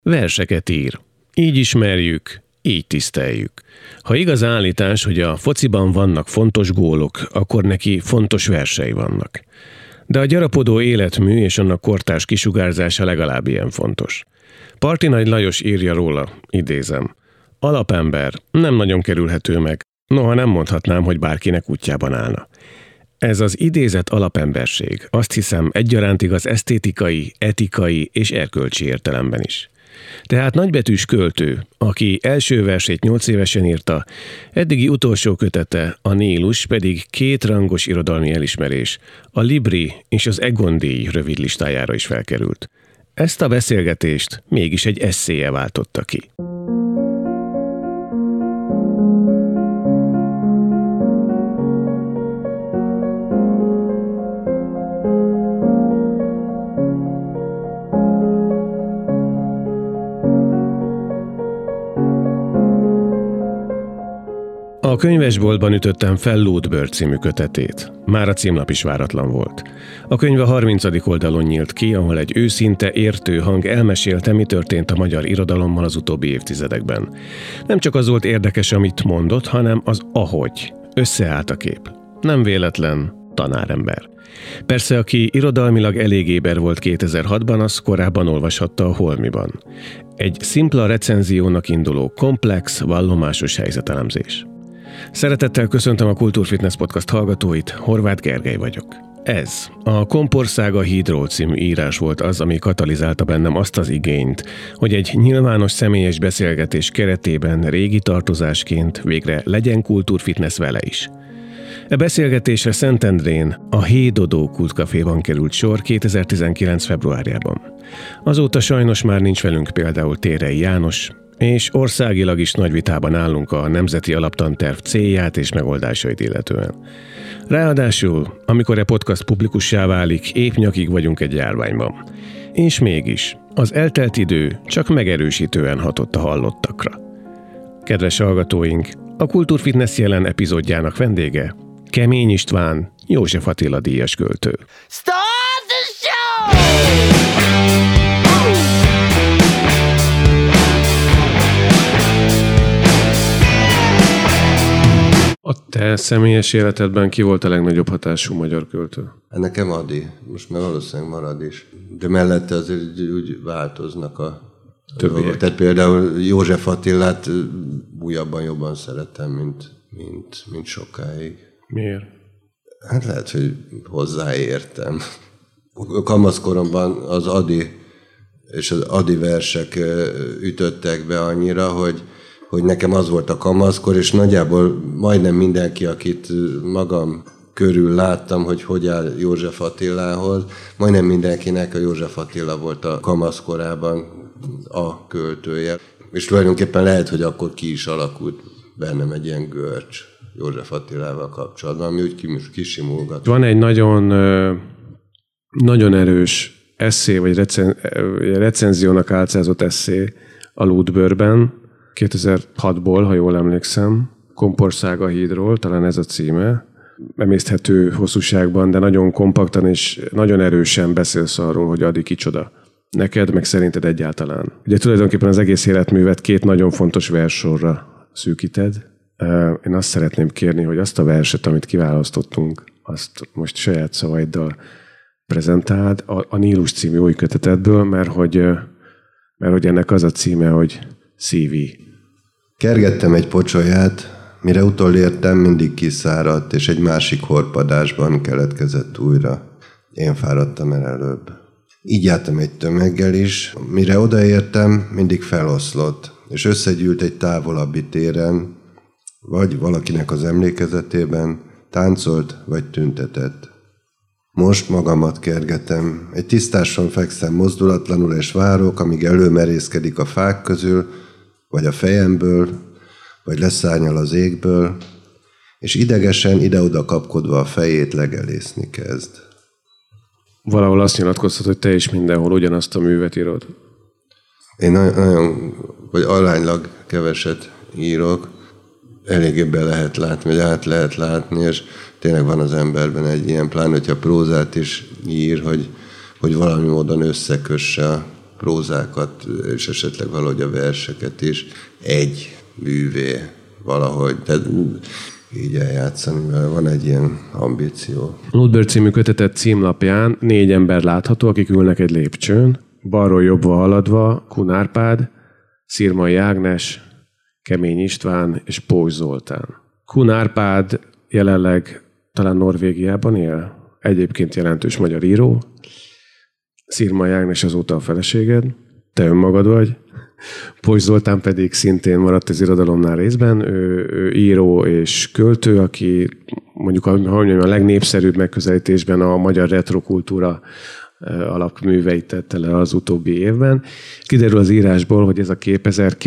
Verseket ír. Így ismerjük, így tiszteljük. Ha igaz állítás, hogy a fociban vannak fontos gólok, akkor neki fontos versei vannak. De a gyarapodó életmű és annak kortárs kisugárzása legalább ilyen fontos. Parti Nagy Lajos írja róla, idézem: alapember, nem nagyon kerülhető meg, noha nem mondhatnám, hogy bárkinek útjában állna. Ez az idézett alapemberség, azt hiszem, egyaránt igaz esztétikai, etikai és erkölcsi értelemben is. Tehát nagybetűs költő, aki első versét 8 évesen írta, eddigi utolsó kötete, a Nílus pedig 2 rangos irodalmi elismerés, a Libri és az Egon-díj rövid listájára is felkerült. Ezt a beszélgetést mégis egy esszéje váltotta ki. A könyvesboltban ütöttem fel Lúdbőr című kötetét. Már a címlap is váratlan volt. A könyv a 30. oldalon nyílt ki, ahol egy őszinte, értő hang elmesélte, mi történt a magyar irodalommal az utóbbi évtizedekben. Nem csak az volt érdekes, amit mondott, hanem az ahogy. Összeállt a kép. Nem véletlen, tanárember. Persze, aki irodalmilag elég éber volt 2006-ban, az korábban olvashatta a Holmiban. Egy szimpla recenziónak induló, komplex, vallomásos helyzetelemzés. Szeretettel köszöntöm a Kultúrfitness Podcast hallgatóit, Horváth Gergely vagyok. Ez a Kompországa hídról című írás volt az, ami katalizálta bennem azt az igényt, hogy egy nyilvános személyes beszélgetés keretében régi tartozásként végre legyen kultúrfitness vele is. E beszélgetésre Szentendrén, a Hédodó kultkaféban került sor 2019. februárjában. Azóta sajnos már nincs velünk például Térei János, és országilag is nagy vitában állunk a Nemzeti Alaptanterv célját és megoldásait illetően. Ráadásul, amikor a podcast publikussá válik, épp nyakig vagyunk egy járványban. És mégis, az eltelt idő csak megerősítően hatott a hallottakra. Kedves hallgatóink, a Kultúrfitness jelen epizódjának vendége Kemény István, József Attila díjas költő. Start the show! A te személyes életedben ki volt a legnagyobb hatású magyar költő? Nekem Ady. Most már valószínűleg marad is. De mellette azért úgy változnak a többiek. Tehát például József Attilát újabban jobban szeretem, mint sokáig. Miért? Hát lehet, hogy hozzáértem. Kamaszkoromban az Ady és az Ady versek ütöttek be annyira, hogy nekem az volt a kamaszkor, és nagyjából majdnem mindenki, akit magam körül láttam, hogy áll József Attilához, majdnem mindenkinek a József Attila volt a kamaszkorában a költője. És tulajdonképpen lehet, hogy akkor ki is alakult bennem egy ilyen görcs József Attilával kapcsolatban, ami úgy kisimulgat. Van egy nagyon erős esszé, vagy recenziónak álcázott esszé a Lúdbőrben, 2006-ból, ha jól emlékszem, Kompországa hídról, talán ez a címe. Emészthető hosszúságban, de nagyon kompaktan és nagyon erősen beszélsz arról, hogy Ady kicsoda. Neked, meg szerinted egyáltalán. Ugye tulajdonképpen az egész életművet 2 nagyon fontos verssorra szűkíted. Én azt szeretném kérni, hogy azt a verset, amit kiválasztottunk, azt most saját szavaiddal prezentáld a Nílus című új kötetedből, mert hogy ennek az a címe, hogy Szívi. Kergettem egy pocsolyát, mire utolértem, mindig kiszáradt, és egy másik horpadásban keletkezett újra. Én fáradtam el előbb. Így jártam egy tömeggel is, mire odaértem, mindig feloszlott, és összegyűlt egy távolabbi téren, vagy valakinek az emlékezetében, táncolt vagy tüntetett. Most magamat kergetem, egy tisztáson fekszem mozdulatlanul, és várok, amíg előmerészkedik a fák közül, vagy a fejemből, vagy leszárnyal az égből, és idegesen ide-oda kapkodva a fejét legelészni kezd. Valahol azt nyilatkoztat, hogy te is mindenhol ugyanazt a művet írod. Én nagyon, vagy aránylag keveset írok, eléggé be lehet látni, vagy át lehet látni, és tényleg van az emberben egy ilyen, pláne, hogyha prózát is ír, hogy valami módon összekösse prózákat, és esetleg valahogy a verseket is egy művé valahogy, tehát így eljátszani, mert van egy ilyen ambíció. Lódbőr című kötetet címlapján 4 ember látható, akik ülnek egy lépcsőn, balról jobbra haladva Kun Árpád, Szirmai Ágnes, Kemény István és Pócs Zoltán. Kun Árpád jelenleg talán Norvégiában él, egyébként jelentős magyar író. Szirmai Ágnes azóta a feleséged, te önmagad vagy. Pócs Zoltán pedig szintén maradt az irodalomnál részben. Ő író és költő, aki mondjuk a legnépszerűbb megközelítésben a magyar retrokultúra alapműveit tette le az utóbbi évben. Kiderül az írásból, hogy ez a kép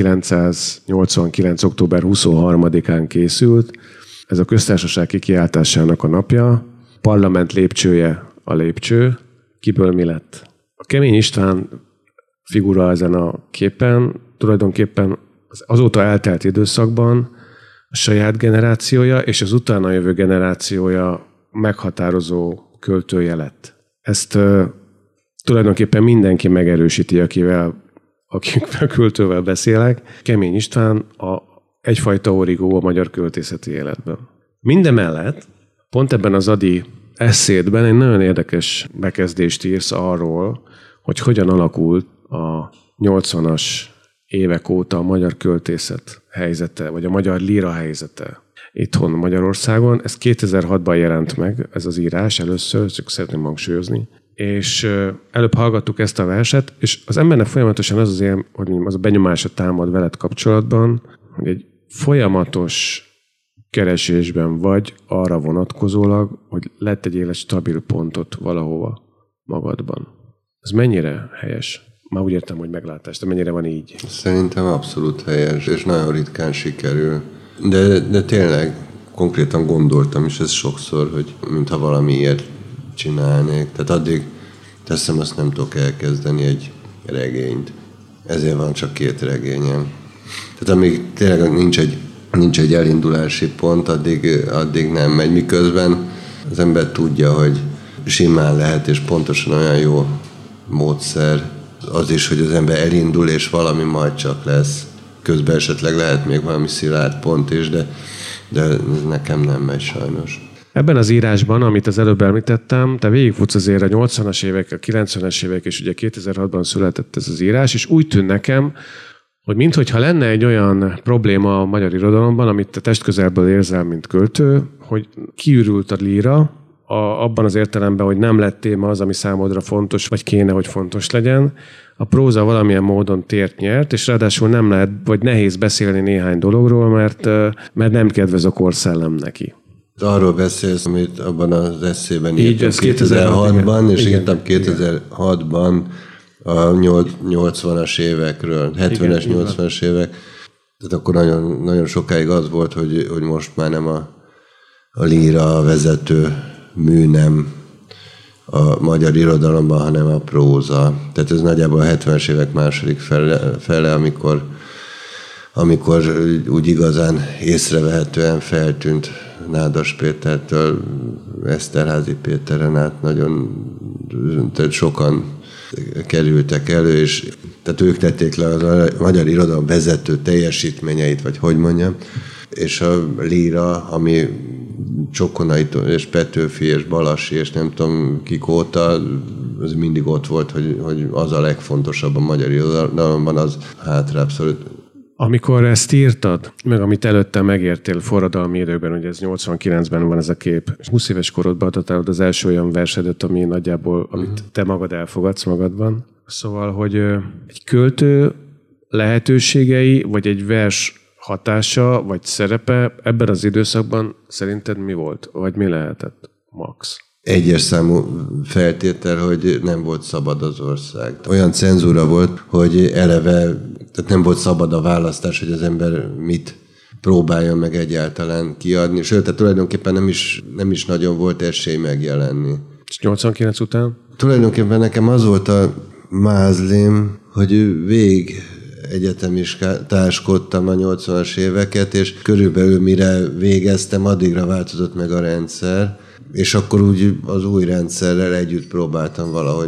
1989. október 23-án készült. Ez a köztársaság kikiáltásának a napja. Parlament lépcsője a lépcső. Kiből mi lett? A Kemény István figura ezen a képen tulajdonképpen az azóta eltelt időszakban a saját generációja és az utána jövő generációja meghatározó költője lett. Ezt tulajdonképpen mindenki megerősíti, akikkel költővel beszélek. Kemény István egyfajta origó a magyar költészeti életben. Mindemellett pont ebben az Adi esszédben egy nagyon érdekes bekezdést írsz arról, hogy hogyan alakult a 80-as évek óta a magyar költészet helyzete, vagy a magyar líra helyzete itthon Magyarországon. Ez 2006-ban jelent meg, ez az írás először, csak szeretném hangsúlyozni. És előbb hallgattuk ezt a verset, és az embernek folyamatosan az ilyen, hogy az a benyomása támad veled kapcsolatban, hogy egy folyamatos keresésben vagy arra vonatkozólag, hogy lett egy élet stabil pontot valahova magadban. Ez mennyire helyes? Már úgy értem, hogy meglátás, de mennyire van így? Szerintem abszolút helyes, és nagyon ritkán sikerül. De tényleg konkrétan gondoltam is ezt sokszor, hogy mintha valamiért csinálnék. Tehát addig teszem, azt nem tudok elkezdeni egy regényt. Ezért van csak 2 regényem. Tehát amíg tényleg nincs egy elindulási pont, addig nem megy. Miközben az ember tudja, hogy simán lehet, és pontosan olyan jó módszer az is, hogy az ember elindul, és valami majd csak lesz. Közben esetleg lehet még valami szilárd pont is, de nekem nem megy sajnos. Ebben az írásban, amit az előbb említettem, te végigfutsz azért a 80-as évek, a 90-es évek, és ugye 2006-ban született ez az írás, és úgy tűn nekem, hogy minthogyha lenne egy olyan probléma a magyar irodalomban, amit te testközelből érzel, mint költő, hogy kiürült a líra, abban az értelemben, hogy nem lett téma az, ami számodra fontos, vagy kéne, hogy fontos legyen. A próza valamilyen módon tért nyert, és ráadásul nem lehet, vagy nehéz beszélni néhány dologról, mert nem kedvez a korszellem neki. Arról beszélsz, amit abban az esszében írtam 2006-ban, és írtam 2006-ban a 80-as évekről, 70-es, 80-as évek. Tehát akkor nagyon, nagyon sokáig az volt, hogy most már nem a líra a vezető műnem a magyar irodalomban, hanem a próza. Tehát ez nagyjából a 70-es évek második fele, amikor úgy igazán észrevehetően feltűnt Nádas Pétertől Eszterházy Péteren át tehát sokan kerültek elő, és tehát ők tették le a magyar irodalom vezető teljesítményeit, vagy hogy mondjam, és a líra, ami Csokonai és Petőfi és Balassi és nem tudom kik óta, az mindig ott volt, hogy az a legfontosabb a magyar irodalomban, az hátrább szorult. Amikor ezt írtad, meg amit előtte megértél forradalmi időkben, ugye ez 89-ben van ez a kép, és 20 éves korodban adtál az első olyan versedet, ami nagyjából, amit te magad elfogadsz magadban. Szóval, hogy egy költő lehetőségei, vagy egy vers hatása, vagy szerepe ebben az időszakban szerinted mi volt? Vagy mi lehetett max? Egyes számú feltétel, hogy nem volt szabad az ország. Olyan cenzúra volt, hogy eleve tehát nem volt szabad a választás, hogy az ember mit próbáljon meg egyáltalán kiadni. Sőt, tehát tulajdonképpen nem is nagyon volt esély megjelenni. És 89 után? Tulajdonképpen nekem az volt a mázlim, hogy egyetemistáskodtam a 80-as éveket, és körülbelül mire végeztem, addigra változott meg a rendszer, és akkor úgy az új rendszerrel együtt próbáltam valahogy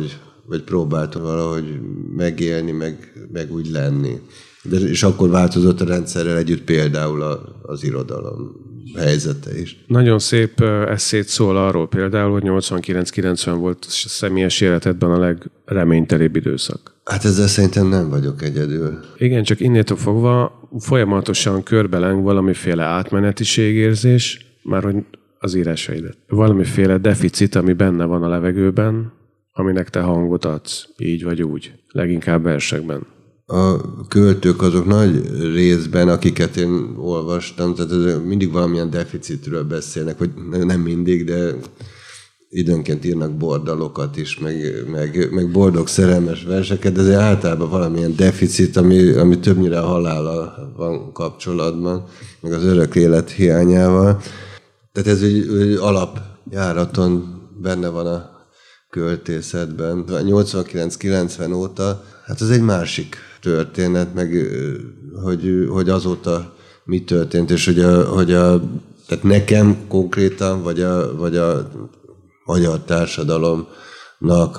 vagy próbáltam valahogy megélni, meg úgy lenni. És akkor változott a rendszerrel együtt például az irodalom helyzete is. Nagyon szép eszét szól arról például, hogy 89-90 volt a személyes életedben a legreménytelibb időszak. Hát ezzel szerintem nem vagyok egyedül. Igen, csak innétől fogva folyamatosan körbeleng valamiféle átmenetiségérzés, már hogy az írásaidat. Valamiféle deficit, ami benne van a levegőben, aminek te hangot adsz, így vagy úgy, leginkább versekben. A költők azok nagy részben, akiket én olvastam, tehát mindig valamilyen deficitről beszélnek, vagy nem mindig, de időnként írnak bordalokat is, meg boldog szerelmes verseket, de ez általában valamilyen deficit, ami többnyire a halállal van kapcsolatban, meg az örök élet hiányával. Tehát ez egy alapjáraton benne van a költészetben. 89-90 óta, hát ez egy másik történet, meg hogy azóta mi történt, és tehát nekem konkrétan, vagy a magyar társadalomnak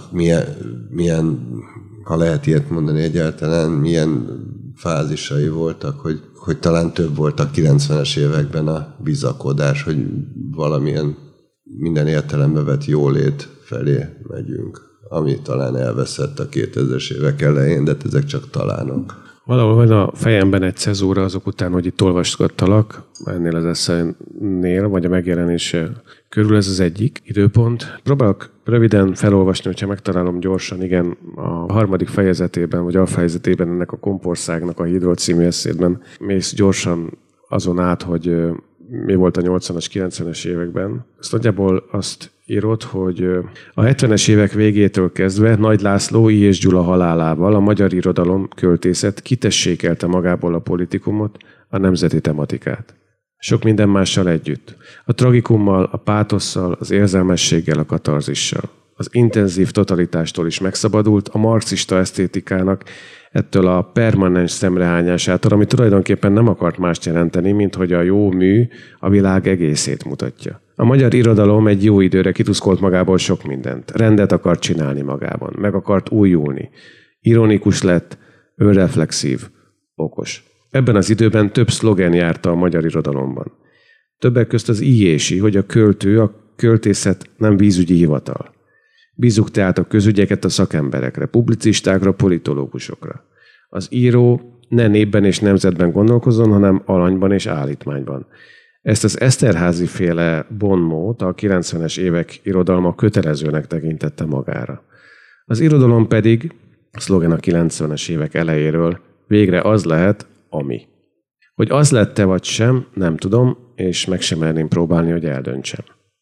milyen, ha lehet ilyet mondani egyáltalán, milyen fázisai voltak, hogy talán több volt a 90-es években a bizakodás, hogy valamilyen minden értelembe vett jólét felé megyünk, ami talán elveszett a 2000-es évek elején, de ezek csak talánok. Valahol van a fejemben egy cezúra azok után, hogy itt olvasgattalak, ennél az eszénél, vagy a megjelenése körül, ez az egyik időpont. Próbálok röviden felolvasni, hogyha megtalálom gyorsan, igen, a harmadik fejezetében, vagy alfejezetében ennek a Kompországnak a Hídról című eszédben mész gyorsan azon át, hogy mi volt a 80-as, 90-es években. Ezt nagyjából azt írod, hogy a 70-es évek végétől kezdve Nagy László, I. és Gyula halálával a magyar irodalom, költészet kitessékelte magából a politikumot, a nemzeti tematikát. Sok minden mással együtt. A tragikummal, a pátosszal, az érzelmességgel, a katarzissal. Az intenzív totalitástól is megszabadult, a marxista esztétikának ettől a permanens szemrehányásától, ami tulajdonképpen nem akart mást jelenteni, mint hogy a jó mű a világ egészét mutatja. A magyar irodalom egy jó időre kituszkolt magából sok mindent. Rendet akart csinálni magában, meg akart újulni. Ironikus lett, önreflexív, okos. Ebben az időben több szlogen járta a magyar irodalomban. Többek közt az íjési, hogy a költő, a költészet nem vízügyi hivatal. Bízzuk tehát a közügyeket a szakemberekre, publicistákra, politológusokra. Az író ne népben és nemzetben gondolkozzon, hanem alanyban és állítmányban. Ezt az Eszterházy-féle bonmót a 90-es évek irodalma kötelezőnek tekintette magára. Az irodalom pedig, a szlogen a 90-es évek elejéről, végre az lehet, ami. Hogy az lett-e vagy sem, nem tudom, és meg sem merném próbálni, hogy eldöntsem.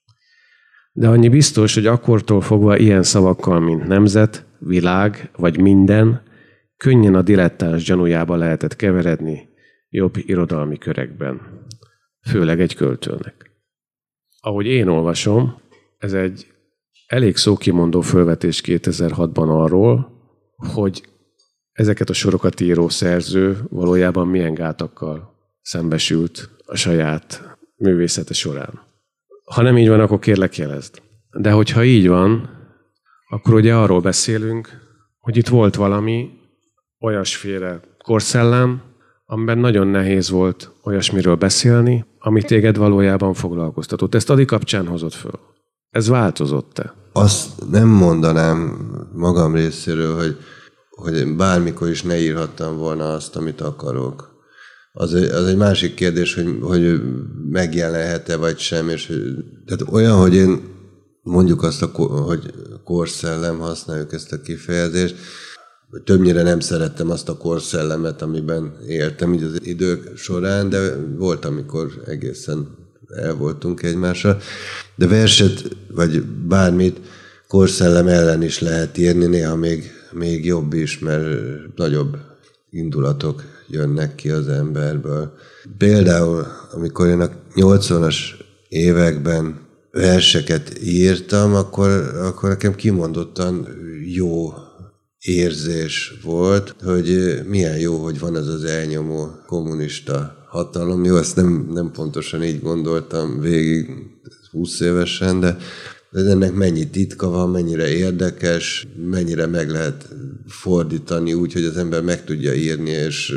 De annyi biztos, hogy akkortól fogva ilyen szavakkal, mint nemzet, világ vagy minden, könnyen a dilettáns gyanújába lehetett keveredni jobb irodalmi körekben. Főleg egy költőnek. Ahogy én olvasom, ez egy elég szókimondó fölvetés 2006-ban arról, hogy ezeket a sorokat író szerző valójában milyen gátakkal szembesült a saját művészete során. Ha nem így van, akkor kérlek jelezd. De hogyha így van, akkor ugye arról beszélünk, hogy itt volt valami olyasféle korszellem, amiben nagyon nehéz volt olyasmiről beszélni, ami téged valójában foglalkoztatott. Ezt Ady kapcsán hozott föl. Ez változott-e? Azt nem mondanám magam részéről, hogy bármikor is ne írhattam volna azt, amit akarok. Az egy másik kérdés, hogy megjelenhet-e vagy sem, és tehát olyan, hogy én mondjuk azt, hogy korszellem, használjuk ezt a kifejezést, hogy többnyire nem szerettem azt a korszellemet, amiben éltem így az idők során, de volt, amikor egészen el voltunk egymással. De verset, vagy bármit korszellem ellen is lehet írni, néha még jobb is, mert nagyobb indulatok jönnek ki az emberből. Például, amikor én a 80-as években verseket írtam, akkor nekem kimondottan jó érzés volt, hogy milyen jó, hogy van ez az elnyomó kommunista hatalom. Jó, ezt nem pontosan így gondoltam végig 20 évesen, de ennek mennyi titka van, mennyire érdekes, mennyire meg lehet fordítani úgy, hogy az ember meg tudja írni,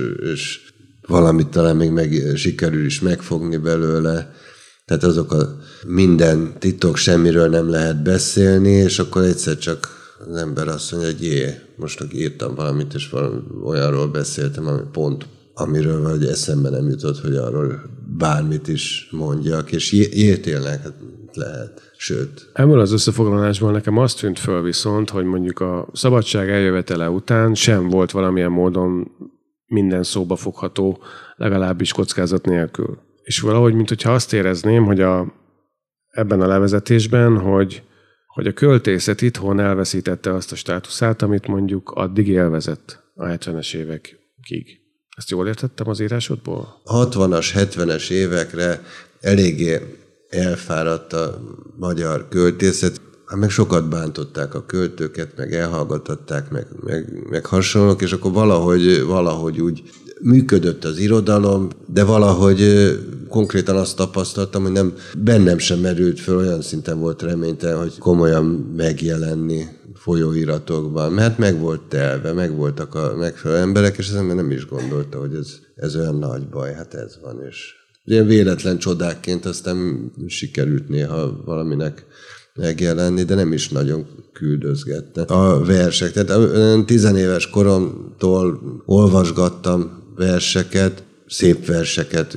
és valamit talán még sikerül is megfogni belőle. Tehát azok minden titok, semmiről nem lehet beszélni, és akkor egyszer csak az ember azt mondja, hogy most írtam valamit, és olyanról beszéltem, ami pont amiről vagy eszembe nem jutott, hogy arról bármit is mondjak, és tényleg lehet, sőt. Ebből az összefoglalásból nekem azt tűnt föl viszont, hogy mondjuk a szabadság eljövetele után sem volt valamilyen módon minden szóba fogható, legalábbis kockázat nélkül. És valahogy, mintha azt érezném, hogy ebben a levezetésben, hogy a költészet itthon elveszítette azt a státuszát, amit mondjuk addig élvezett a 70-es évekig. Ezt jól értettem az írásodból? A 60-as, 70-es évekre eléggé elfáradt a magyar költészet, meg sokat bántották a költőket, meg elhallgattatták, meg hasonlók, és akkor valahogy úgy működött az irodalom, de valahogy konkrétan azt tapasztaltam, hogy bennem sem merült föl, olyan szinten volt reménytelen, hogy komolyan megjelenni folyóiratokban, mert meg volt telve, meg voltak a megfelelő emberek, és az ember nem is gondolta, hogy ez olyan nagy baj, hát ez van, és ilyen véletlen csodákként aztán sikerült néha valaminek megjelenni, de nem is nagyon küldözgette a versek. Tehát 10 éves koromtól olvasgattam verseket, szép verseket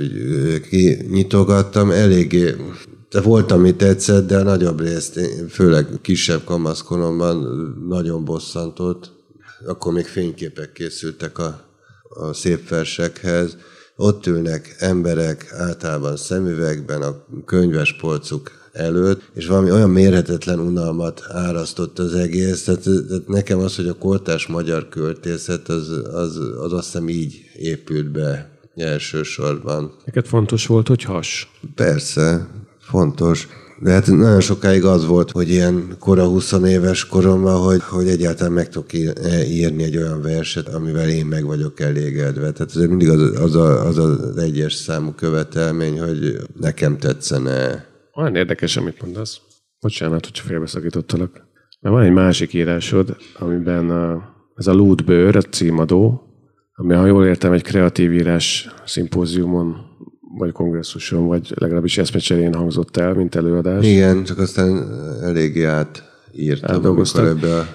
kinyitogattam, eléggé volt, ami tetszett, de a nagyobb részt, főleg kisebb kamaszkoromban nagyon bosszantott. Akkor még fényképek készültek a szép versekhez. Ott ülnek emberek általában szemüvegben, a könyvespolcuk előtt, és valami olyan mérhetetlen unalmat árasztott az egész. Tehát nekem az, hogy a kortárs magyar költészet, az azt hiszem így épült be elsősorban. Neked fontos volt, hogy hass? Persze, fontos. De hát nagyon sokáig az volt, hogy ilyen kora 20 éves koromban, hogy egyáltalán meg tudok írni egy olyan verset, amivel én meg vagyok elégedve. Tehát ez mindig az egyes számú követelmény, hogy nekem tetszene. Olyan érdekes, amit mondasz. Bocsánat, hogyha félbeszakítottalak. Mert van egy másik írásod, amiben ez a Lúdbőr, a címadó, ami, ha jól értem, egy kreatív írás szimpóziumon, vagy kongresszuson, vagy legalábbis eszmecserén hangzott el, mint előadás. Igen, csak aztán eléggé átírtam, amikor ebbe a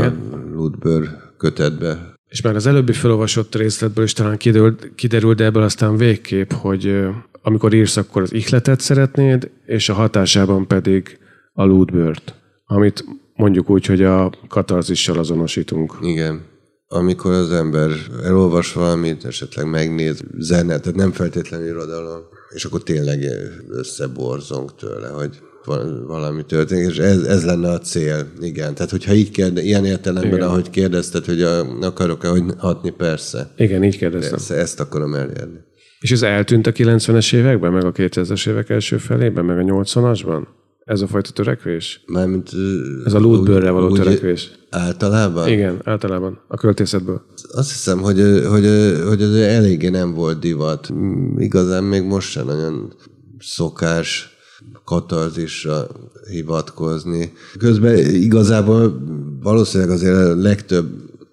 Lúdbőr kötetbe. És már az előbbi felolvasott részletből is talán kiderült, de ebből aztán végképp, hogy amikor írsz, akkor az ihletet szeretnéd, és a hatásában pedig a Lúdbőrt, amit mondjuk úgy, hogy a katarzissal azonosítunk. Igen. Amikor az ember elolvas valamit, esetleg megnéz zene, tehát nem feltétlenül irodalom, és akkor tényleg összeborzong tőle, hogy valami történik, és ez lenne a cél. Igen, tehát hogyha ilyen értelemben, igen, ahogy kérdezted, hogy akarok-e hogy hatni, persze. Igen, így kérdeztem. Persze, ezt akarom elérni. És ez eltűnt a 90-es években, meg a 2000-es évek első felében, meg a 80-asban? Ez a fajta törekvés? Mármint... Ez a Lúdbőrre való törekvés. Általában? Igen, általában. A költészetből. Azt hiszem, hogy ez eléggé nem volt divat. Igazán még most sem nagyon szokás katarzisra hivatkozni. Közben igazából valószínűleg azért a legtöbb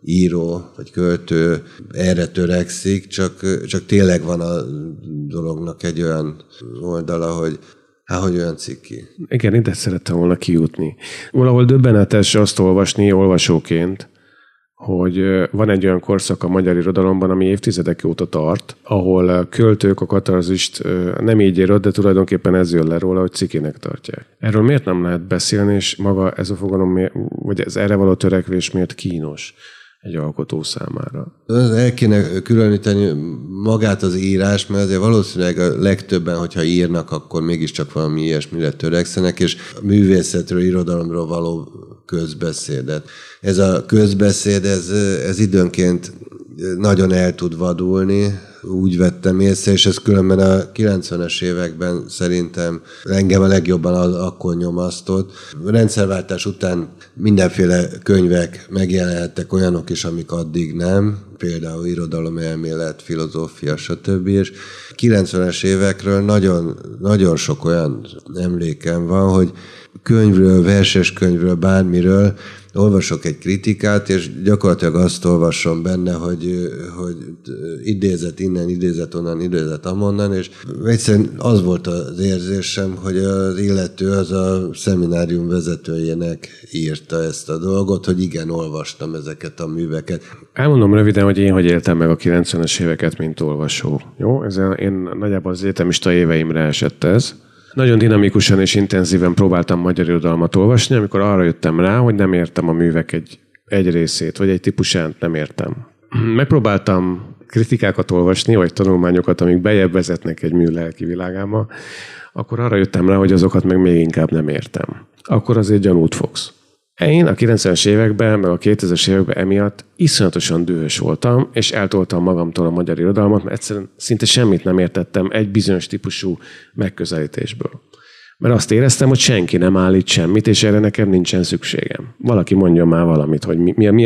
író vagy költő erre törekszik, csak tényleg van a dolognak egy olyan oldala, hogy olyan cikki. Igen, ide szerettem volna kijutni. Valahol döbbenetes azt olvasni olvasóként, hogy van egy olyan korszak a magyar irodalomban, ami évtizedek óta tart, ahol költők a katarzist nem így írott, de tulajdonképpen ez jön le róla, hogy cikinek tartják. Erről miért nem lehet beszélni, és maga ez a fogalom, vagy ez erre való törekvés miért kínos egy alkotó számára? El kéne különíteni magát az írás, mert azért valószínűleg a legtöbben, hogyha írnak, akkor mégiscsak valami ilyesmire törekszenek, és a művészetről, irodalomról való közbeszédet. Ez a közbeszéd, ez időnként nagyon el tud vadulni, úgy vettem észre, és ez különben a 90-es években szerintem engem a legjobban akkor nyomasztott. A rendszerváltás után mindenféle könyvek megjelenhettek, olyanok is, amik addig nem. például irodalomelmélet, filozófia, stb. És 90-es évekről nagyon, nagyon sok olyan emlékem van, hogy könyvről, verses könyvről, bármiről olvasok egy kritikát, és gyakorlatilag azt olvasom benne, hogy idézet innen, idézet onnan, idézet amonnan, és egyszerűen az volt az érzésem, hogy az illető az a szeminárium vezetőjének írta ezt a dolgot, hogy igen, olvastam ezeket a műveket. Elmondom röviden, hogy én hogy éltem meg a 90-es éveket, mint olvasó. Jó? Én nagyjából az egyetemista éveimre esett ez. Nagyon dinamikusan és intenzíven próbáltam magyar irodalmat olvasni, amikor arra jöttem rá, hogy nem értem a művek egy részét, vagy egy típusát nem értem. Megpróbáltam kritikákat olvasni, vagy tanulmányokat, amik bejebb vezetnek egy mű lelki világába, akkor arra jöttem rá, hogy azokat meg még inkább nem értem. Akkor azért gyanút fogsz. Én a 90-es években, meg a 2000-es években emiatt iszonyatosan dühös voltam, és eltoltam magamtól a magyar irodalmat, mert egyszerűen szinte semmit nem értettem egy bizonyos típusú megközelítésből. Mert azt éreztem, hogy senki nem állít semmit, és erre nekem nincsen szükségem. Valaki mondjon már valamit, hogy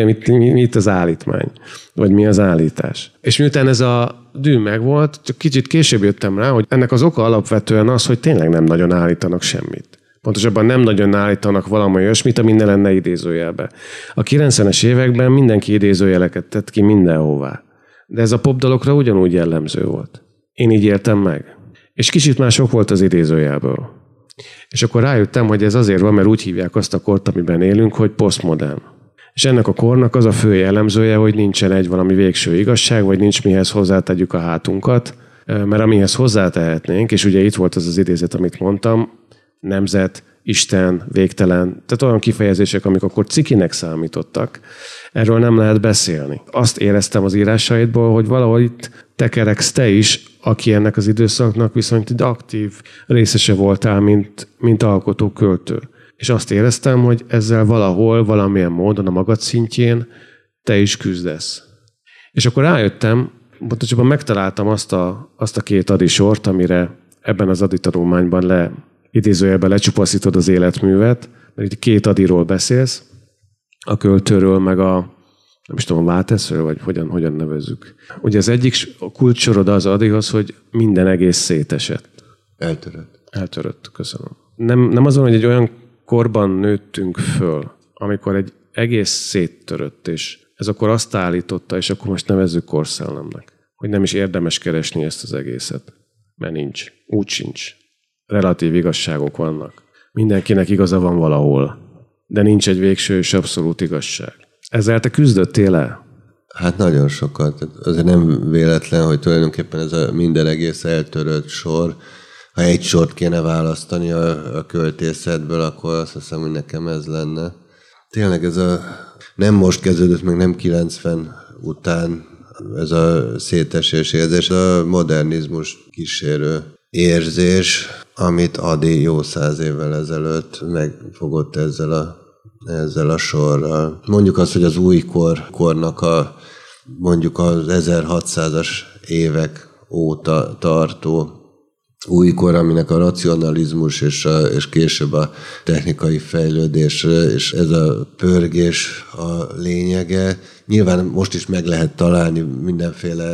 mi itt az állítmány, vagy mi az állítás. És miután ez a dű megvolt, csak kicsit később jöttem rá, hogy ennek az oka alapvetően az, hogy tényleg nem nagyon állítanak semmit. Pontosabban nem nagyon állítanak valami olyasmit, ami ne lenne idézőjelbe. A 90-es években mindenki idézőjeleket tett ki mindenhová. De ez a popdalokra ugyanúgy jellemző volt. Én így éltem meg. És kicsit már sok volt az idézőjelből. És akkor rájöttem, hogy ez azért van, mert úgy hívják azt a kort, amiben élünk, hogy posztmodern. És ennek a kornak az a fő jellemzője, hogy nincsen egy valami végső igazság, vagy nincs mihez hozzátegyük a hátunkat, mert amihez hozzátehetnénk, és ugye itt volt az idézet, amit mondtam, nemzet, Isten, végtelen, tehát olyan kifejezések, amik akkor cikinek számítottak, erről nem lehet beszélni. Azt éreztem az írásaidból, hogy valahogy itt tekereksz te is, aki ennek az időszaknak viszont aktív részese voltál, mint alkotó költő. És azt éreztem, hogy ezzel valahol, valamilyen módon a magad szintjén te is küzdesz. És akkor rájöttem, pontosabban megtaláltam azt a két adisort, amire ebben az aditanulmányban idézőjelben lecsupaszítod az életművet, mert itt két adiról beszélsz, a költőről, meg a Válteszről, vagy hogyan nevezzük. Ugye az egyik kulcssorod az adihoz, hogy minden egész szétesett. Eltörött, köszönöm. Nem azon, hogy egy olyan korban nőttünk föl, amikor egy egész széttörött, és ez akkor azt állította, és akkor most nevezzük korszellemnek, hogy nem is érdemes keresni ezt az egészet, mert nincs, úgy sincs. Relatív igazságok vannak. Mindenkinek igaza van valahol, de nincs egy végső és abszolút igazság. Ezzel te küzdöttél el? Hát nagyon sokat. Azért nem véletlen, hogy tulajdonképpen ez a minden egész eltörött sor, ha egy sort kéne választani a költészetből, akkor azt hiszem, hogy nekem ez lenne. Tényleg ez nem most kezdődött, meg nem 90 után ez a szétesés érzés, a modernizmus kísérő érzés, amit Ady jó 100 évvel ezelőtt megfogott ezzel a sorral. Mondjuk azt, hogy az új kornak mondjuk az 1600-as évek óta tartó újkor, aminek a racionalizmus és később a technikai fejlődés és ez a pörgés a lényege. Nyilván most is meg lehet találni mindenféle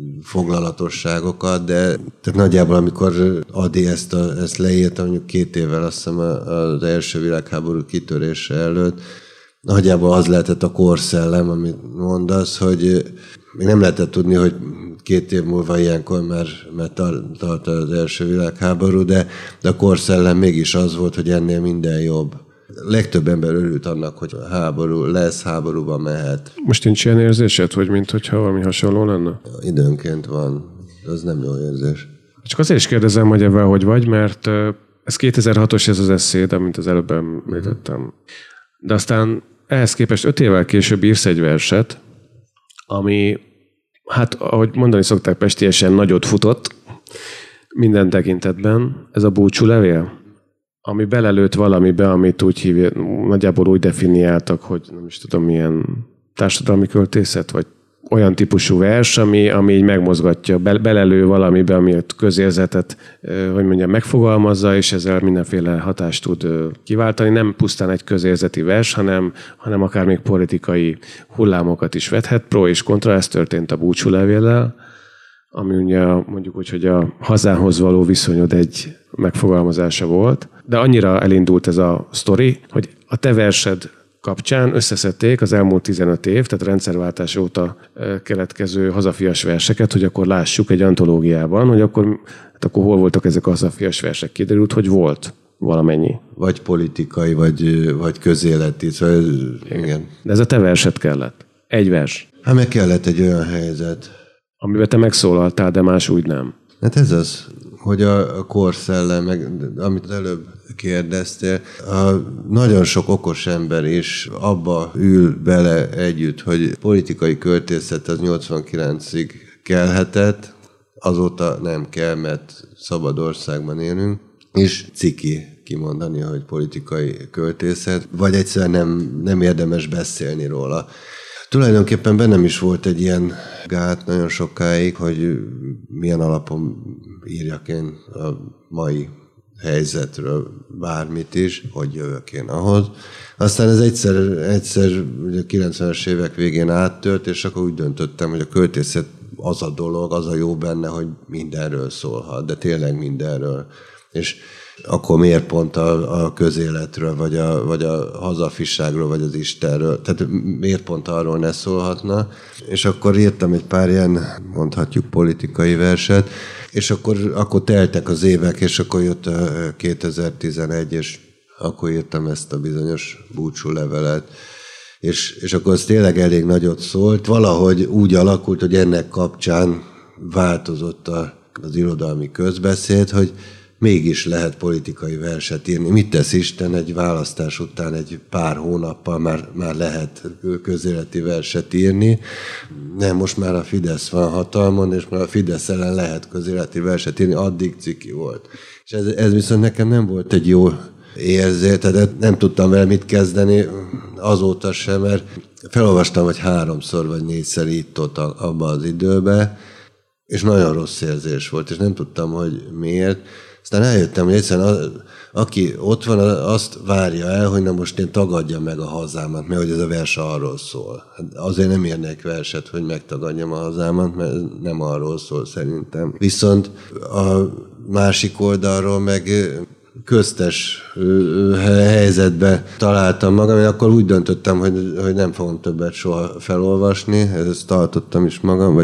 foglalatosságokat, de tehát nagyjából amikor Ady ezt leírta, mondjuk 2 évvel azt hiszem az első világháború kitörése előtt, nagyjából az lehetett a korszellem, amit mondasz, hogy még nem lehetett tudni, hogy 2 év múlva ilyenkor már tart az első világháború, de a korszellem mégis az volt, hogy ennél minden jobb. Legtöbb ember örült annak, hogy háború lesz, háborúba mehet. Most nincs ilyen érzésed, hogy mintha valami hasonló lenne? Időnként van, de az nem jó érzés. Csak azért is kérdezem, hogy ebben hogy vagy, mert ez 2006-os ez az eszéd, amit az előbb említettem. De aztán ehhez képest 5 évvel később írsz egy verset, ami, hát ahogy mondani szokták pestiesen, nagyot futott minden tekintetben. Ez a búcsúlevél, ami belelőtt valamibe, amit úgy hívja, nagyjából úgy definiáltak, hogy nem is tudom milyen társadalmi költészet, vagy olyan típusú vers, ami így megmozgatja, belelő valamibe, ami a közérzetet, megfogalmazza, és ezzel mindenféle hatást tud kiváltani. Nem pusztán egy közérzeti vers, hanem akár még politikai hullámokat is vethet. Pro és kontra, ez történt a búcsúlevéllel, ami ugye mondjuk úgy, hogy a hazához való viszonyod egy megfogalmazása volt. De annyira elindult ez a sztori, hogy a te versed kapcsán összeszedték az elmúlt 15 év, tehát rendszerváltás óta keletkező hazafias verseket, hogy akkor lássuk egy antológiában, hogy akkor hol voltak ezek a hazafias versek. Kiderült, hogy volt valamennyi. Vagy politikai, vagy közéleti. Szóval, igen. De ez a te verset kellett. Egy vers. Hát meg kellett egy olyan helyzet. Amiben te megszólaltál, de más úgy nem. Hát ez az, hogy a korszellem, meg amit előbb kérdeztél, nagyon sok okos ember is abba ül bele együtt, hogy politikai költészet az 89-ig kellhetett, azóta nem kell, mert szabad országban élünk, és ciki kimondani, hogy politikai költészet, vagy egyszerűen nem érdemes beszélni róla. Tulajdonképpen bennem is volt egy ilyen gát nagyon sokáig, hogy milyen alapon írjak én a mai helyzetről bármit is, hogy jövök én ahhoz. Aztán ez egyszer ugye 90-es évek végén áttört, és akkor úgy döntöttem, hogy a költészet az a dolog, az a jó benne, hogy mindenről szólhat, de tényleg mindenről. És akkor miért pont a közéletről, vagy a hazafiságról, vagy az Istenről, tehát miért pont arról ne szólhatna. És akkor írtam egy pár ilyen, mondhatjuk, politikai verset, és akkor teltek az évek, és akkor jött a 2011, és akkor írtam ezt a bizonyos búcsúlevelet. És akkor az tényleg elég nagyot szólt. Valahogy úgy alakult, hogy ennek kapcsán változott az irodalmi közbeszéd, hogy mégis lehet politikai verset írni. Mit tesz Isten egy választás után egy pár hónappal már lehet közéleti verset írni. Nem, most már a Fidesz van hatalmon, és már a Fidesz ellen lehet közéleti verset írni, addig ciki volt. És ez viszont nekem nem volt egy jó érzés, tehát nem tudtam vele mit kezdeni azóta sem, mert felolvastam vagy 3-szor vagy 4-szer itt-ott abban az időben, és nagyon rossz érzés volt, és nem tudtam, hogy miért. Aztán eljöttem, hogy egyszerűen aki ott van, azt várja el, hogy na most én tagadjam meg a hazámat, mert hogy ez a vers arról szól. Hát azért nem írnék verset, hogy megtagadjam a hazámat, mert nem arról szól szerintem. Viszont a másik oldalról meg köztes helyzetbe találtam magam, én akkor úgy döntöttem, hogy nem fogom többet soha felolvasni, ezt tartom is magam.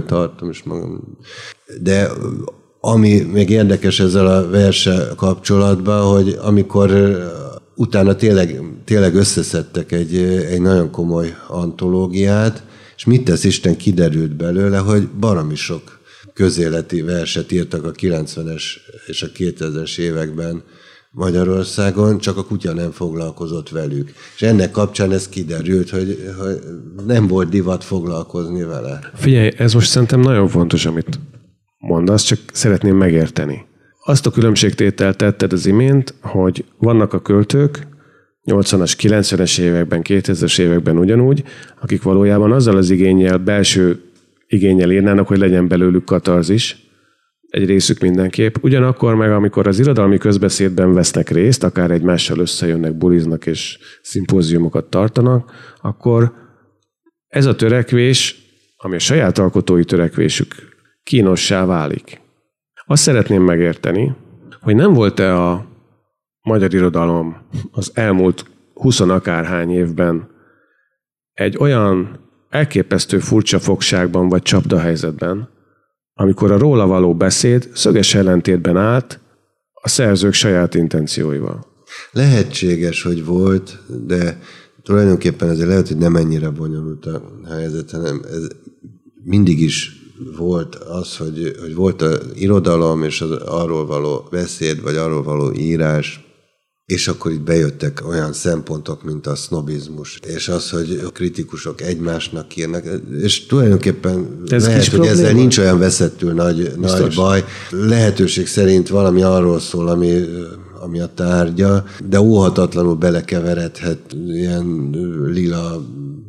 De ami még érdekes ezzel a verse kapcsolatban, hogy amikor utána tényleg összeszedtek egy nagyon komoly antológiát, és mit tesz Isten, kiderült belőle, hogy baromi sok közéleti verset írtak a 90-es és a 2000-es években Magyarországon, csak a kutya nem foglalkozott velük. És ennek kapcsán ez kiderült, hogy nem volt divat foglalkozni vele. Figyelj, ez most szerintem nagyon fontos, amit mondasz, csak szeretném megérteni. Azt a különbségtételt tetted az imént, hogy vannak a költők, 80-as, 90-es években, 2000-es években ugyanúgy, akik valójában azzal az belső igénnyel írnának, hogy legyen belőlük katarzis, egy részük mindenképp. Ugyanakkor meg, amikor az irodalmi közbeszédben vesznek részt, akár egymással összejönnek, buliznak és szimpóziumokat tartanak, akkor ez a törekvés, ami a saját alkotói törekvésük, kínossá válik. Azt szeretném megérteni, hogy nem volt-e a magyar irodalom az elmúlt 20-akárhány évben egy olyan elképesztő furcsa fogságban vagy csapdahelyzetben, amikor a róla való beszéd szöges ellentétben állt a szerzők saját intencióival. Lehetséges, hogy volt, de tulajdonképpen ezért lehet, hogy nem ennyire bonyolult a helyzet, hanem ez mindig is volt az, hogy volt az irodalom, és az arról való beszéd, vagy arról való írás, és akkor itt bejöttek olyan szempontok, mint a sznobizmus, és az, hogy a kritikusok egymásnak írnak, és tulajdonképpen lehet, hogy ezzel nincs olyan veszettül nagy baj. Lehetőség szerint valami arról szól, ami a tárgya, de óhatatlanul belekeveredhet ilyen lila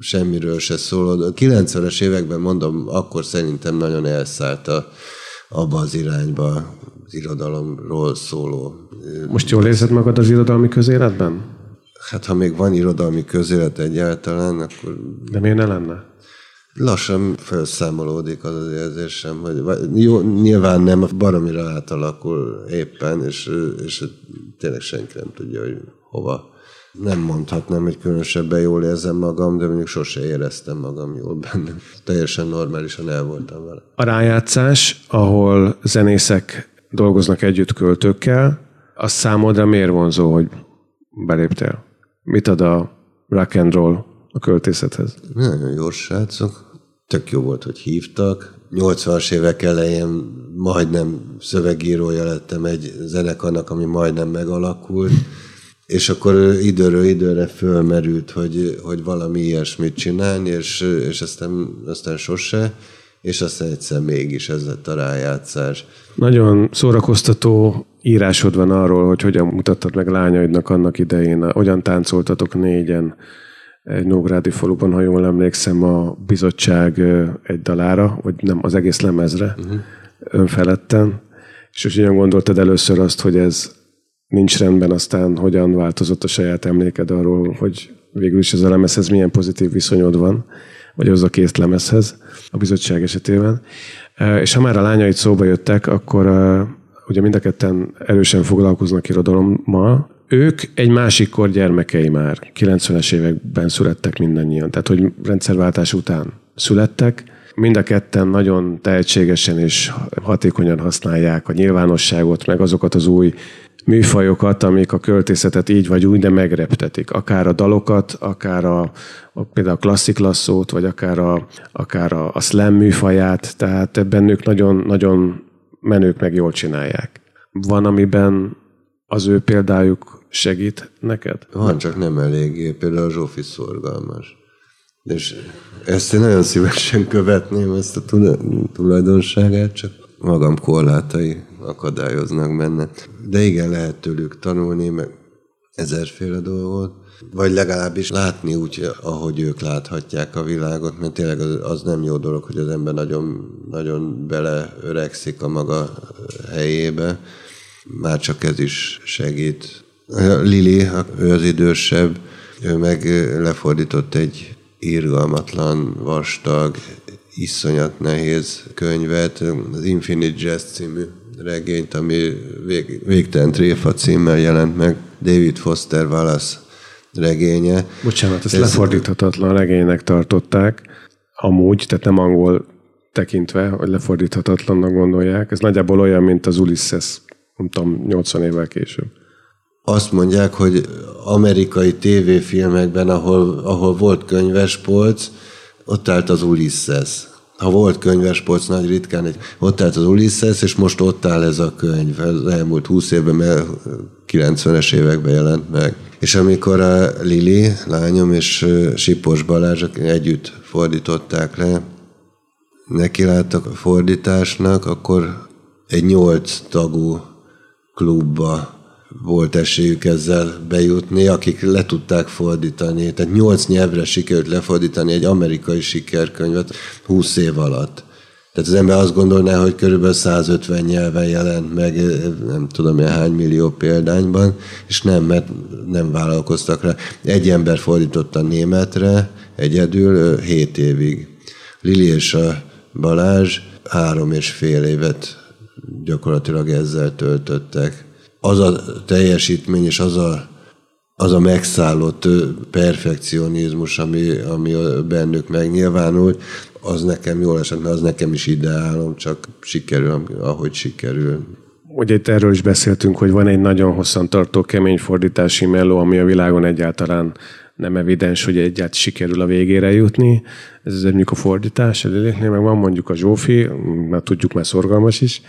semmiről se szól. A 90-es években mondom, akkor szerintem nagyon elszállt abba az irányba az irodalomról szóló. Most jól érzed magad az irodalmi közéletben? Hát ha még van irodalmi közélet egyáltalán, akkor... De miért ne lenne? Lassan felszámolódik az az érzésem, hogy jó, nyilván nem, baromira átalakul éppen, és tényleg senki nem tudja, hogy hova. Nem mondhatnám, hogy különösebben jól érzem magam, de mondjuk sose éreztem magam jól benne. Teljesen normálisan el voltam vele. A rájátszás, ahol zenészek dolgoznak együtt költőkkel, az számodra miért vonzó, hogy beléptél? Mit ad a rock and roll a költészethez? Nagyon jó srácok. Tök jó volt, hogy hívtak. 80-as évek elején majdnem szövegírója lettem egy zenekarnak, ami majdnem megalakult. És akkor időről időre fölmerült, hogy valami ilyesmit csinálni, és aztán sose, és aztán egyszer mégis ez lett a rájátszás. Nagyon szórakoztató írásod van arról, hogy hogyan mutattad meg lányaidnak annak idején, hogyan táncoltatok négyen egy nógrádi faluban, ha jól emlékszem, a bizottság egy dalára, vagy nem, az egész lemezre, önfeledten. És hogyan gondoltad először azt, hogy ez nincs rendben, aztán hogyan változott a saját emléked arról, hogy végül is ez a lemezhez milyen pozitív viszonyod van, vagy az a két lemezhez a bizottság esetében. És ha már a lányaid szóba jöttek, akkor ugye mind a ketten erősen foglalkoznak irodalommal. Ők egy másik kor gyermekei már, 90-es években születtek mindannyian, tehát hogy rendszerváltás után születtek. Mind a ketten nagyon tehetségesen és hatékonyan használják a nyilvánosságot, meg azokat az új műfajokat, amik a költészetet így vagy úgy, de megreptetik. Akár a dalokat, akár például a klasszik lasszót, vagy akár a slam műfaját, tehát ebben ők nagyon, nagyon menők meg jól csinálják. Van, amiben az ő példájuk segít neked? Van, csak nem eléggé. Például a Zsófi szorgalmas. És ezt én nagyon szívesen követném, ezt a tulajdonságát, csak magam korlátai akadályoznak benne. De igen, lehet tőlük tanulni, meg ezerféle dolgot, vagy legalábbis látni úgy, ahogy ők láthatják a világot, mert tényleg az nem jó dolog, hogy az ember nagyon, nagyon beleöregszik a maga helyébe. Már csak ez is segít. Lili, ő az idősebb, ő meg lefordított egy irgalmatlan, vastag, iszonyat nehéz könyvet, az Infinite Jest című regényt, ami végtelen tréfa címmel jelent meg, David Foster Wallace regénye. Bocsánat, ezt lefordíthatatlan regénynek tartották, amúgy, tehát nem angol tekintve, hogy lefordíthatatlannak gondolják. Ez nagyjából olyan, mint az Ulysses, nem tudom, 80 évvel később. Azt mondják, hogy amerikai tévéfilmekben, ahol volt könyvespolc, ott állt az Ulysses. Ha volt könyvespolc, nagy ritkán, ott állt az Ulysses, és most ott áll ez a könyv. Az elmúlt 20 évben, mert 90-es években jelent meg. És amikor a Lili, lányom, és Sipos Balázs együtt fordították le, nekiláttak a fordításnak, akkor egy 8 tagú klubba volt esélyük ezzel bejutni, akik le tudták fordítani. Tehát 8 nyelvre sikerült lefordítani egy amerikai sikerkönyvet 20 év alatt. Tehát az ember azt gondolná, hogy körülbelül 150 nyelven jelent meg, nem tudom, hány millió példányban, és nem, mert nem vállalkoztak rá. Egy ember fordította németre egyedül 7 évig. Lili és a Balázs 3,5 évet gyakorlatilag ezzel töltöttek. Az a teljesítmény és az a megszállott perfekcionizmus, ami bennük megnyilvánult, az nekem jól esett, mert az nekem is ideálom, csak sikerül, ahogy sikerül. Ugye itt erről is beszéltünk, hogy van egy nagyon hosszantartó kemény fordítási melló, ami a világon egyáltalán nem evidens, hogy egyáltalán sikerül a végére jutni. Ez mondjuk a fordítás, a Liliknél, meg van mondjuk a Zsófi, már tudjuk, már szorgalmas is,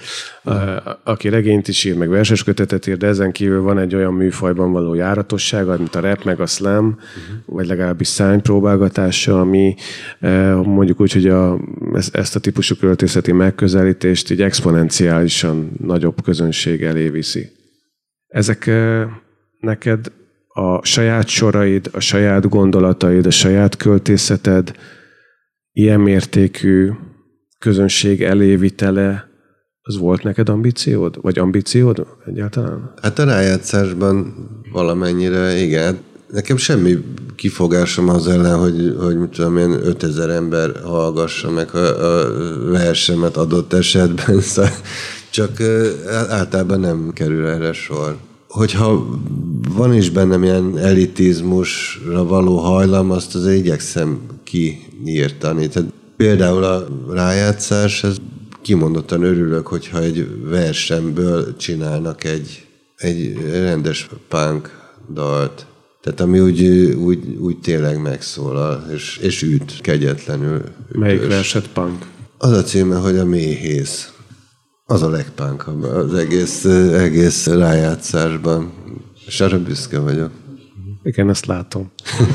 aki regényt is ír, meg verses kötetet ír, de ezen kívül van egy olyan műfajban való járatossága, mint a rap, meg a slam, vagy legalábbis szárnypróbálgatása, ami mondjuk úgy, hogy ezt a típusú költészeti megközelítést így exponenciálisan nagyobb közönség elé viszi. Ezek neked a saját soraid, a saját gondolataid, a saját költészeted ilyen mértékű közönség elévitele, az volt neked ambíciód? Vagy ambíciód egyáltalán? Hát a rájátszásban valamennyire igen. Nekem semmi kifogásom az ellen, hogy mit tudom én, 5000 ember hallgassa meg a versemet adott esetben, szóval csak általában nem kerül erre sor. Hogyha van is bennem ilyen elitizmusra való hajlam, azt azért igyekszem kiírtani. Tehát például a rájátszás, ez kimondottan örülök, hogyha egy versemből csinálnak egy rendes punk dalt. Tehát ami úgy tényleg megszólal, és üt kegyetlenül. Ütős. Melyik verset punk? Az a címe, hogy a méhész. Az a legpunkabb az egész rájátszásban. És arra büszke vagyok. Igen, ezt látom.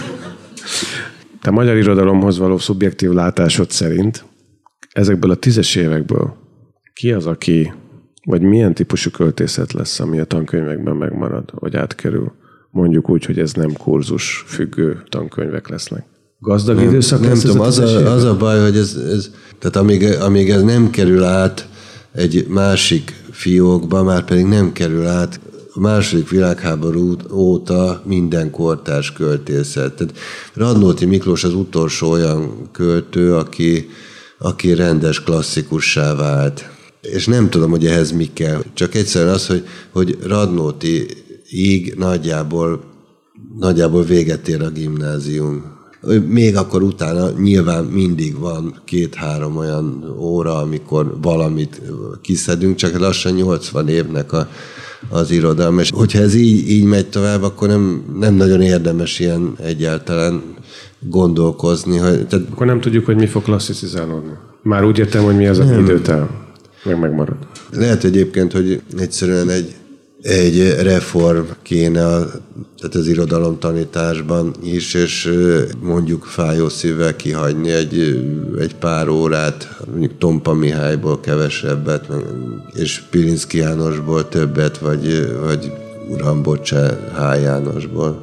Te magyar irodalomhoz való szubjektív látásod szerint ezekből a 10-es évekből ki az, aki, vagy milyen típusú költészet lesz, ami a tankönyvekben megmarad, vagy átkerül? Mondjuk úgy, hogy ez nem kurzus függő tankönyvek lesznek. Gazdag időszak nem lesz tudom, ez az a baj, hogy ez tehát amíg ez nem kerül át egy másik fiókba, már pedig nem kerül át a második világháború óta minden kortárs költészet. Tehát Radnóti Miklós az utolsó olyan költő, aki rendes klasszikussá vált. És nem tudom, hogy ehhez mi kell. Csak egyszerűen az, hogy Radnótiig nagyjából véget ér a gimnázium. Még akkor utána nyilván mindig van 2-3 olyan óra, amikor valamit kiszedünk, csak lassan 80 évnek az irodalom. És hogyha ez így megy tovább, akkor nem nagyon érdemes ilyen egyáltalán gondolkozni. Tehát akkor nem tudjuk, hogy mi fog klasszicizálódni. Már úgy értem, hogy mi az, aki időt el, megmarad. Lehet egyébként, hogy egyszerűen egy reform kéne tehát az irodalomtanításban is, és mondjuk fájó szívvel kihagyni egy pár órát, mondjuk Tompa Mihályból kevesebbet, és Pilinszky Jánosból többet, vagy uram, bocsá, H. Jánosból.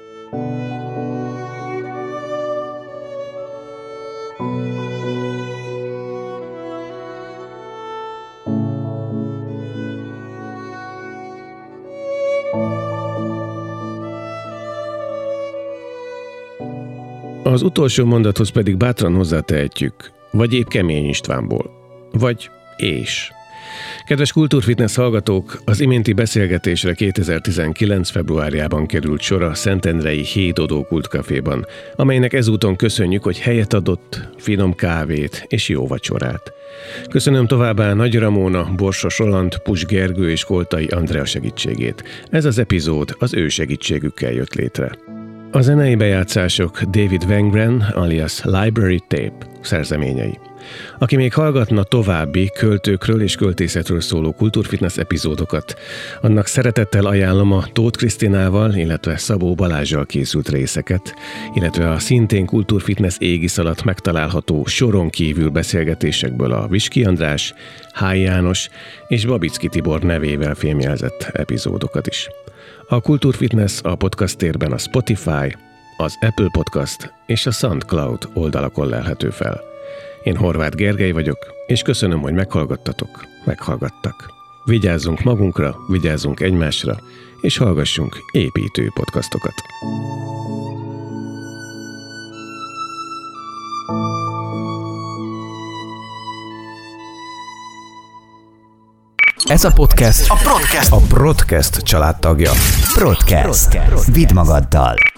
Az utolsó mondathoz pedig bátran hozzátehetjük, vagy épp Kemény Istvánból, vagy és. Kedves Kultúrfitness hallgatók, az iménti beszélgetésre 2019. februárjában került sor a Szentendrei Hédodó Kultkaféban, amelynek ezúton köszönjük, hogy helyet adott, finom kávét és jó vacsorát. Köszönöm továbbá Nagy Ramóna, Borsos Roland, Pus Gergő és Koltai Andrea segítségét. Ez az epizód az ő segítségükkel jött létre. A zenei bejátszások David Wengren alias Library Tape szerzeményei. Aki még hallgatna további költőkről és költészetről szóló Kultúrfitness epizódokat, annak szeretettel ajánlom a Tóth Krisztinával, illetve Szabó Balázssal készült részeket, illetve a szintén Kultúrfitness égisz alatt megtalálható soron kívül beszélgetésekből a Viski András, H. János és Babicki Tibor nevével fémjelzett epizódokat is. A Kultúrfitness a podcast térben a Spotify, az Apple Podcast és a SoundCloud oldalakon lelhető fel. Én Horváth Gergely vagyok, és köszönöm, hogy meghallgattak. Vigyázzunk magunkra, vigyázzunk egymásra, és hallgassunk építő podcastokat. Ez a podcast a Prodcast családtagja. Prodcast. Vidd magaddal.